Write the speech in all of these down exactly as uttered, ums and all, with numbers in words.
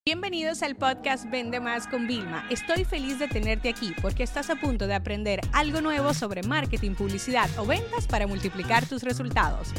Bienvenidos al podcast Vende Más con Vilma. Estoy feliz de tenerte aquí porque estás a punto de aprender algo nuevo sobre marketing, publicidad o ventas para multiplicar tus resultados.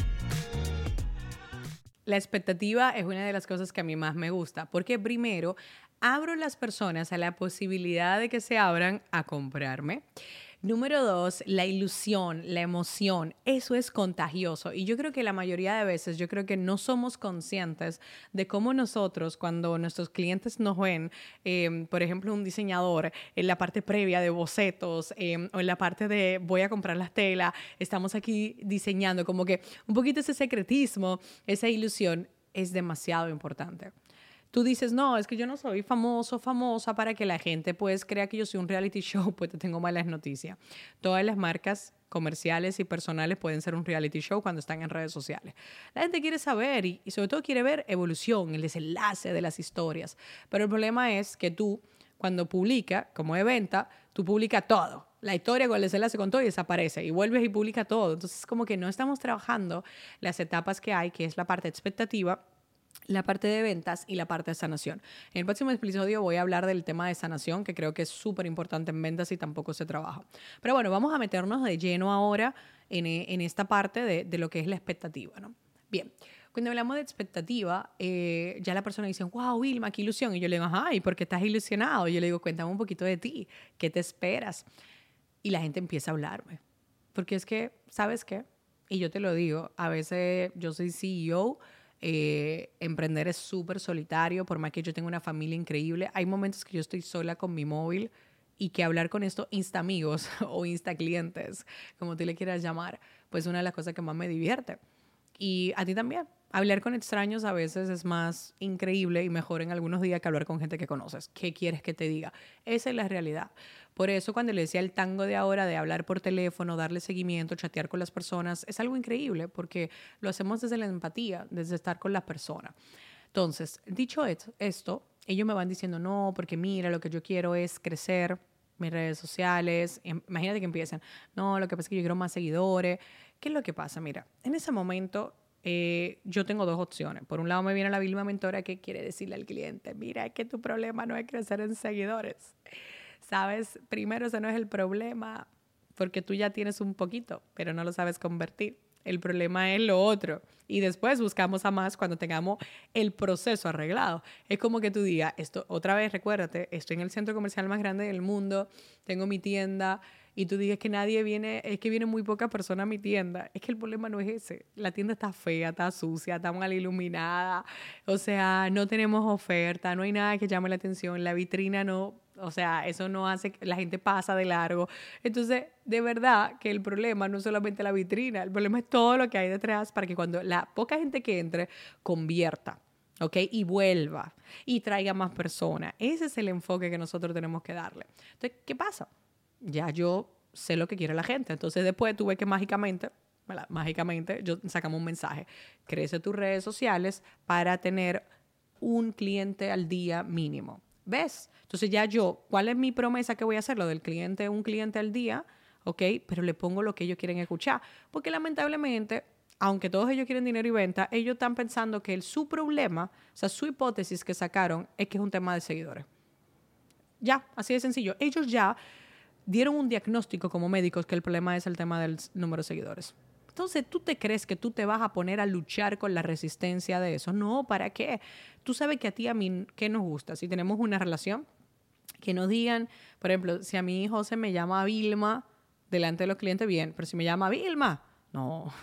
La expectativa es una de las cosas que a mí más me gusta porque primero abro las personas a la posibilidad de que se abran a comprarme. Número dos, la ilusión, la emoción, eso es contagioso y yo creo que la mayoría de veces, yo creo que no somos conscientes de cómo nosotros cuando nuestros clientes nos ven, eh, por ejemplo, un diseñador en la parte previa de bocetos eh, o en la parte de voy a comprar las telas, estamos aquí diseñando, como que un poquito ese secretismo, esa ilusión es demasiado importante. Tú dices, no, es que yo no soy famoso, famosa para que la gente pues crea que yo soy un reality show, pues te tengo malas noticias. Todas las marcas comerciales y personales pueden ser un reality show cuando están en redes sociales. La gente quiere saber y, y sobre todo quiere ver evolución, el desenlace de las historias. Pero el problema es que tú, cuando publicas, como de venta, tú publicas todo. La historia con el desenlace con todo y desaparece. Y vuelves y publicas todo. Entonces, como que no estamos trabajando las etapas que hay, que es la parte expectativa, la parte de ventas y la parte de sanación. En el próximo episodio voy a hablar del tema de sanación, que creo que es súper importante en ventas y tampoco se trabaja. Pero bueno, vamos a meternos de lleno ahora en, en esta parte de, de lo que es la expectativa, ¿no? Bien, cuando hablamos de expectativa, eh, ya la persona dice, wow, Vilma, qué ilusión. Y yo le digo, ajá, ¿y por qué estás ilusionado? Y yo le digo, cuéntame un poquito de ti, ¿qué te esperas? Y la gente empieza a hablarme. Porque es que, ¿sabes qué? Y yo te lo digo, a veces yo soy C E O, Eh, emprender es súper solitario, por más que yo tenga una familia increíble. Hay momentos que yo estoy sola con mi móvil y que hablar con estos insta amigos o insta clientes, como tú le quieras llamar, pues una de las cosas que más me divierte. Y a ti también. Hablar con extraños a veces es más increíble y mejor en algunos días que hablar con gente que conoces. ¿Qué quieres que te diga? Esa es la realidad. Por eso cuando le decía el tango de ahora de hablar por teléfono, darle seguimiento, chatear con las personas, es algo increíble porque lo hacemos desde la empatía, desde estar con las personas. Entonces, dicho esto, ellos me van diciendo, no, porque mira, lo que yo quiero es crecer mis redes sociales. Imagínate que empiezan, no, lo que pasa es que yo quiero más seguidores. ¿Qué es lo que pasa? Mira, en ese momento eh, yo tengo dos opciones. Por un lado me viene la Vilma mentora que quiere decirle al cliente, mira, es que tu problema no es crecer en seguidores. ¿Sabes? Primero, ese no es el problema porque tú ya tienes un poquito, pero no lo sabes convertir. El problema es lo otro. Y después buscamos a más cuando tengamos el proceso arreglado. Es como que tú digas, esto, otra vez, recuérdate, estoy en el centro comercial más grande del mundo, tengo mi tienda, y tú dices que nadie viene, es que vienen muy pocas personas a mi tienda. Es que el problema no es ese. La tienda está fea, está sucia, está mal iluminada. O sea, no tenemos oferta, no hay nada que llame la atención. La vitrina no, o sea, eso no hace que la gente pasa de largo. Entonces, de verdad que el problema no es solamente la vitrina, el problema es todo lo que hay detrás para que cuando la poca gente que entre convierta. ¿Ok? Y vuelva y traiga más personas. Ese es el enfoque que nosotros tenemos que darle. Entonces, ¿qué pasa? Ya yo sé lo que quiere la gente. Entonces después tuve que mágicamente, ¿verdad? mágicamente, yo sacamos un mensaje. Crece tus redes sociales para tener un cliente al día mínimo. ¿Ves? Entonces ya yo, ¿cuál es mi promesa que voy a hacer? Lo del cliente, un cliente al día, ¿ok? Pero le pongo lo que ellos quieren escuchar. Porque lamentablemente, aunque todos ellos quieren dinero y venta, ellos están pensando que el, su problema, o sea, su hipótesis que sacaron es que es un tema de seguidores. Ya, así de sencillo. Ellos ya dieron un diagnóstico como médicos que el problema es el tema del número de seguidores. Entonces, ¿tú te crees que tú te vas a poner a luchar con la resistencia de eso? No, ¿para qué? Tú sabes que a ti, a mí, ¿qué nos gusta? Si tenemos una relación, que nos digan, por ejemplo, si a mi hijo se me llama Vilma, delante de los clientes, bien, pero si me llama Vilma, no.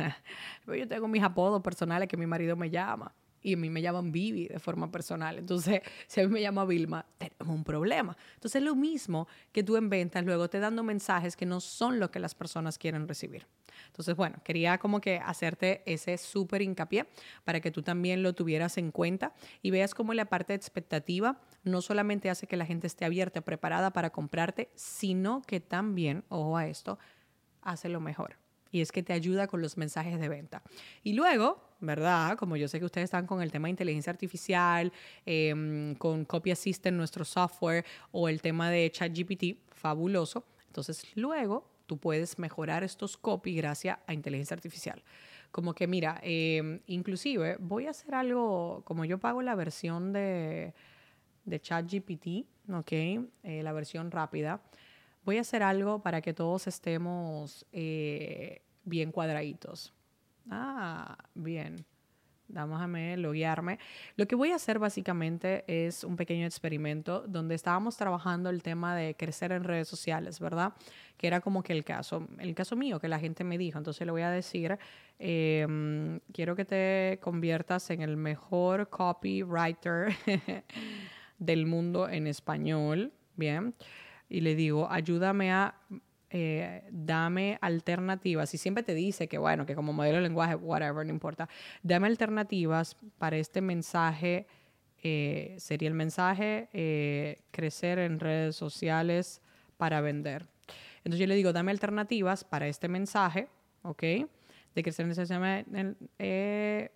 Yo tengo mis apodos personales que mi marido me llama. Y a mí me llaman Vivi de forma personal. Entonces, si a mí me llama Vilma, tenemos un problema. Entonces, es lo mismo que tú en ventas, luego te dando mensajes que no son lo que las personas quieren recibir. Entonces, bueno, quería como que hacerte ese súper hincapié para que tú también lo tuvieras en cuenta y veas cómo la parte de expectativa no solamente hace que la gente esté abierta, preparada para comprarte, sino que también, ojo a esto, hace lo mejor. Y es que te ayuda con los mensajes de venta. Y luego, ¿verdad? Como yo sé que ustedes están con el tema de inteligencia artificial, eh, con Copy Assistant, nuestro software, o el tema de ChatGPT, fabuloso. Entonces, luego tú puedes mejorar estos copy gracias a inteligencia artificial. Como que, mira, eh, inclusive voy a hacer algo, como yo pago la versión de, de ChatGPT, ¿ok? Eh, la versión rápida. Voy a hacer algo para que todos estemos eh, bien cuadraditos. Ah, bien. Déjame loguearme. Lo que voy a hacer básicamente es un pequeño experimento donde estábamos trabajando el tema de crecer en redes sociales, ¿verdad? Que era como que el caso, el caso mío, que la gente me dijo. Entonces le voy a decir, eh, quiero que te conviertas en el mejor copywriter del mundo en español, ¿bien? Y le digo, ayúdame a... Eh, dame alternativas. Y siempre te dice que, bueno, que como modelo de lenguaje, whatever, no importa. Dame alternativas para este mensaje. Eh, sería el mensaje eh, crecer en redes sociales para vender. Entonces yo le digo, dame alternativas para este mensaje, ¿ok? De crecer en redes sociales eh,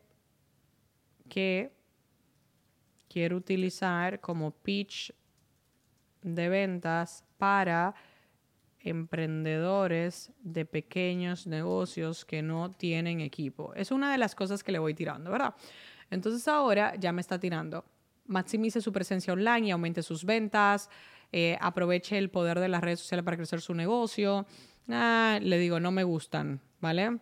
que quiero utilizar como pitch de ventas para emprendedores de pequeños negocios que no tienen equipo. Es una de las cosas que le voy tirando, ¿verdad? Entonces ahora ya me está tirando. Maximice su presencia online y aumente sus ventas. Eh, aproveche el poder de las redes sociales para crecer su negocio. Ah, le digo, no me gustan, ¿vale?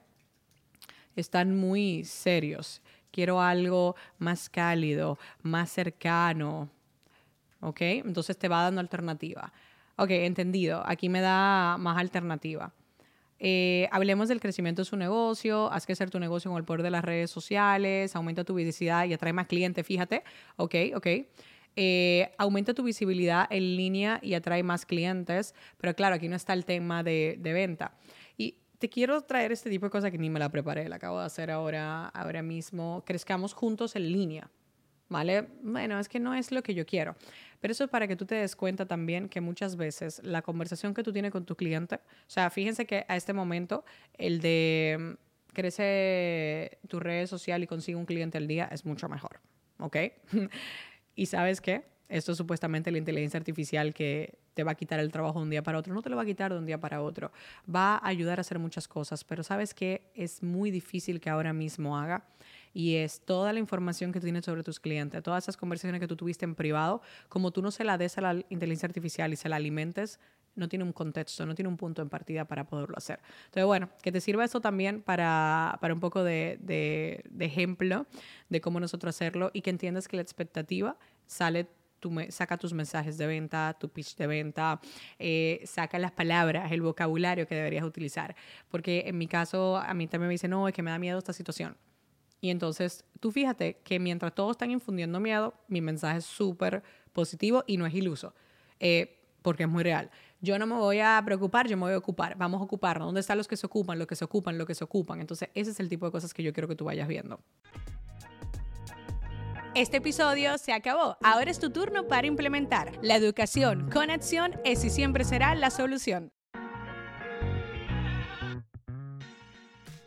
Están muy serios. Quiero algo más cálido, más cercano. ¿Ok? Entonces te va dando alternativa. Ok, entendido. Aquí me da más alternativa. Eh, hablemos del crecimiento de su negocio. Haz crecer tu negocio con el poder de las redes sociales. Aumenta tu visibilidad y atrae más clientes, fíjate. Ok, ok. Eh, aumenta tu visibilidad en línea y atrae más clientes. Pero claro, aquí no está el tema de, de venta. Y te quiero traer este tipo de cosas que ni me la preparé. La acabo de hacer ahora, ahora mismo. Crezcamos juntos en línea. ¿Vale? Bueno, es que no es lo que yo quiero. Pero eso es para que tú te des cuenta también que muchas veces la conversación que tú tienes con tu cliente, o sea, fíjense que a este momento el de crece tu red social y consigue un cliente al día es mucho mejor, ¿ok? ¿Y sabes qué? Esto es supuestamente la inteligencia artificial que te va a quitar el trabajo de un día para otro. No te lo va a quitar de un día para otro. Va a ayudar a hacer muchas cosas, pero ¿sabes qué? Es muy difícil que ahora mismo haga. Y es toda la información que tú tienes sobre tus clientes, todas esas conversaciones que tú tuviste en privado, como tú no se la des a la inteligencia artificial y se la alimentes, no tiene un contexto, no tiene un punto en partida para poderlo hacer. Entonces, bueno, que te sirva eso también para, para un poco de, de, de ejemplo de cómo nosotros hacerlo y que entiendas que la expectativa sale. Tú me, saca tus mensajes de venta, tu pitch de venta, eh, saca las palabras, el vocabulario que deberías utilizar. Porque en mi caso, a mí también me dicen, no, es que me da miedo esta situación. Y entonces, tú fíjate que mientras todos están infundiendo miedo, mi mensaje es súper positivo y no es iluso, eh, porque es muy real. Yo no me voy a preocupar, yo me voy a ocupar. Vamos a ocuparnos. ¿Dónde están los que se ocupan, los que se ocupan, los que se ocupan? Entonces, ese es el tipo de cosas que yo quiero que tú vayas viendo. Este episodio se acabó. Ahora es tu turno para implementar. La educación con acción es y siempre será la solución.